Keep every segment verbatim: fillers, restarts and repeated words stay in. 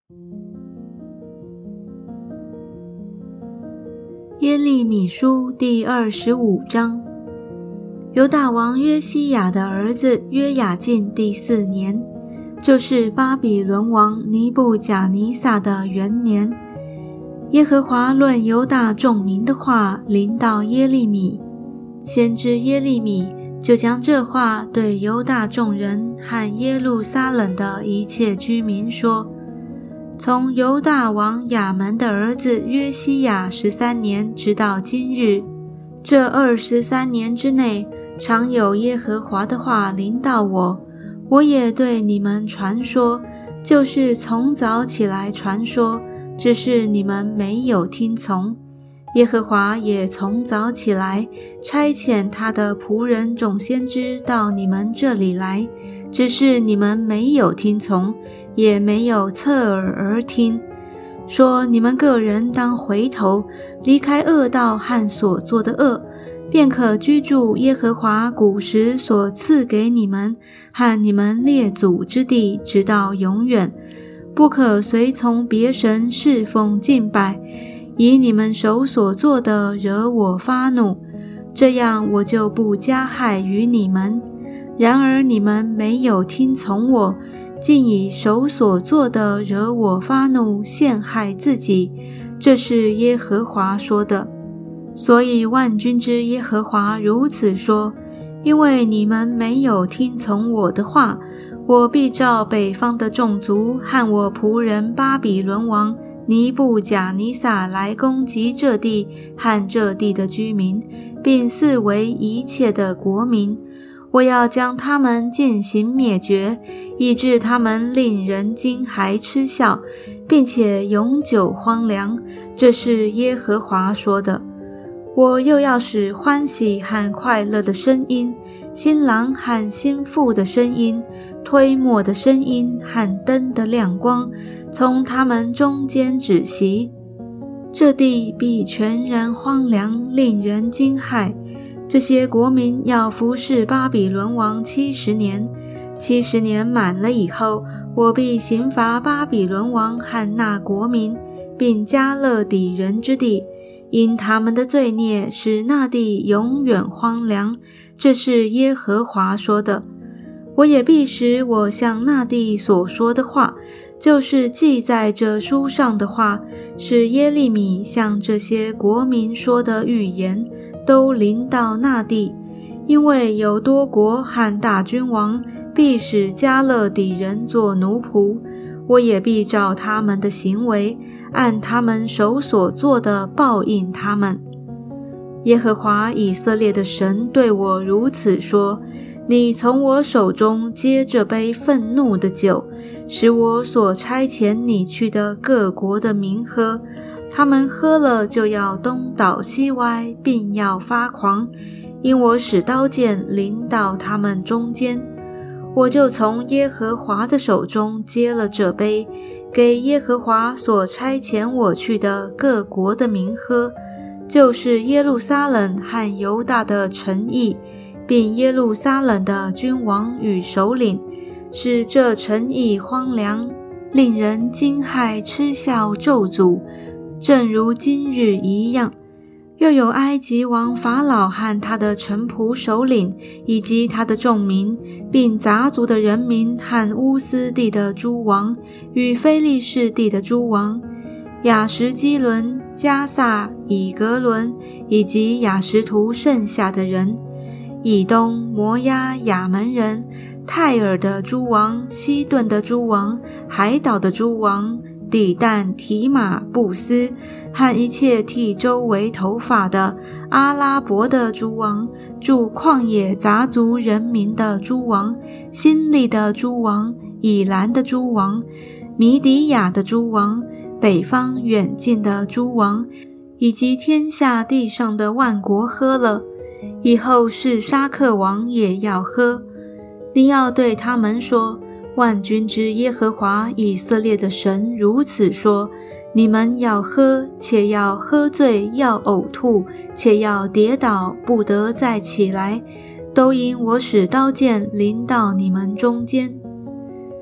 耶利米书第二十五章。犹大王约西亚的儿子约雅敬第四年，就是巴比伦王尼布甲尼撒的元年，耶和华论犹大众民的话临到耶利米，先知耶利米就将这话对犹大众人和耶路撒冷的一切居民说：从犹大王亚门的儿子约西亚十三年直到今日，这二十三年之内，常有耶和华的话临到我，我也对你们传说，就是从早起来传说，只是你们没有听从。耶和华也从早起来，差遣他的仆人众先知到你们这里来，只是你们没有听从，也没有侧耳而听，说你们个人当回头，离开恶道和所做的恶，便可居住耶和华古时所赐给你们和你们列祖之地，直到永远。不可随从别神侍奉敬拜，以你们手所做的惹我发怒，这样我就不加害于你们。然而你们没有听从我，竟以手所做的惹我发怒，陷害自己，这是耶和华说的。所以万军之耶和华如此说：因为你们没有听从我的话，我必召北方的众族和我仆人巴比伦王尼布甲尼撒来攻击这地和这地的居民，并四围一切的国民。我要将他们进行灭绝，以致他们令人惊骇嗤笑，并且永久荒凉，这是耶和华说的。我又要使欢喜和快乐的声音，新郎和新妇的声音，推磨的声音和灯的亮光，从他们中间止息。这地必全然荒凉，令人惊骇。这些国民要服侍巴比伦王七十年，七十年满了以后，我必刑罚巴比伦王和那国民，并加勒底人之地，因他们的罪孽使那地永远荒凉，这是耶和华说的。我也必使我向那地所说的话，就是记在这书上的话，使耶利米向这些国民说的预言都临到那地，因为有多国和大君王必使加勒底人做奴仆，我也必照他们的行为，按他们手所做的报应他们。耶和华以色列的神对我如此说：你从我手中接这杯愤怒的酒，使我所差遣你去的各国的民喝，他们喝了就要东倒西歪，并要发狂，因我使刀剑临到他们中间。我就从耶和华的手中接了这杯，给耶和华所差遣我去的各国的民喝，就是耶路撒冷和犹大的城邑，并耶路撒冷的君王与首领，使这城邑荒凉，令人惊骇嗤笑咒诅，正如今日一样。又有埃及王法老和他的臣仆首领，以及他的众民，并杂族的人民和乌斯地的诸王，与非利士地的诸王，亚什基伦、加萨、以格伦，以及亚什图剩下的人，以东、摩押、亚门人，泰尔的诸王，西顿的诸王，海岛的诸王，底但、提马、布斯，和一切剃周围头发的，阿拉伯的诸王，住旷野杂族人民的诸王，新利的诸王，以兰的诸王，米底亚的诸王，北方远近的诸王，以及天下地上的万国喝了，以后是沙克王也要喝。你要对他们说：万军之耶和华以色列的神如此说：你们要喝，且要喝醉，要呕吐，且要跌倒，不得再起来，都因我使刀剑临到你们中间。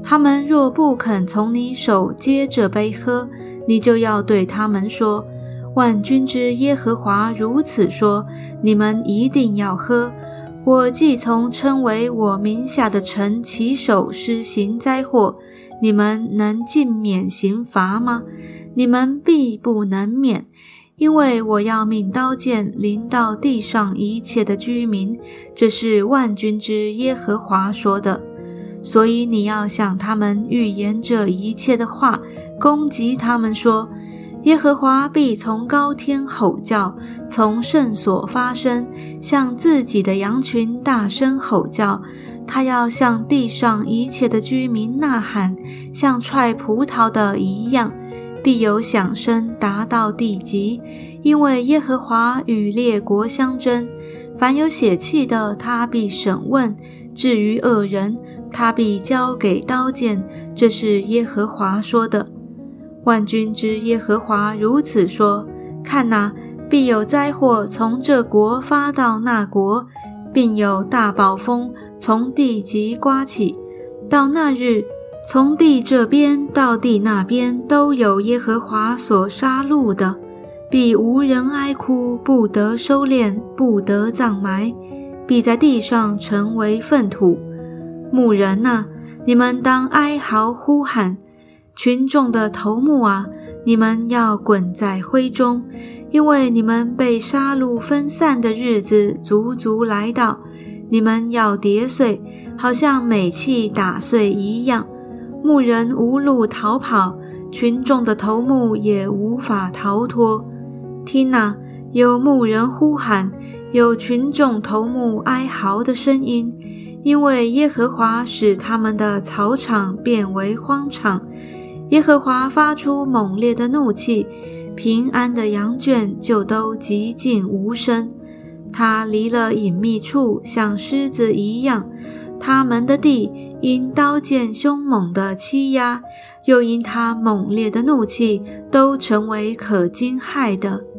他们若不肯从你手接这杯喝，你就要对他们说，万军之耶和华如此说，你们一定要喝。我既从称为我名下的城起手施行灾祸，你们能尽免刑罚吗？你们必不能免，因为我要命刀剑临到地上一切的居民，这是万军之耶和华说的。所以你要向他们预言这一切的话，攻击他们说，耶和华必从高天吼叫，从圣所发声，向自己的羊群大声吼叫。他要向地上一切的居民呐喊，像踹葡萄的一样，必有响声达到地极。因为耶和华与列国相争，凡有血气的他必审问，至于恶人，他必交给刀剑。这是耶和华说的。万军之耶和华如此说，看哪，必有灾祸从这国发到那国，并有大暴风从地极刮起。到那日，从地这边到地那边都有耶和华所杀戮的，必无人哀哭，不得收敛，不得葬埋，必在地上成为粪土。牧人啊，你们当哀嚎呼喊，群众的头目啊，你们要滚在灰中，因为你们被杀戮分散的日子足足来到。你们要跌碎，好像美器打碎一样。牧人无路逃跑，群众的头目也无法逃脱。听啊，有牧人呼喊，有群众头目哀嚎的声音，因为耶和华使他们的草场变为荒场。耶和华发出猛烈的怒气，平安的羊圈就都寂静无声。他离了隐秘处，像狮子一样。他们的地因刀剑凶猛的欺压，又因他猛烈的怒气，都成为可惊骇的。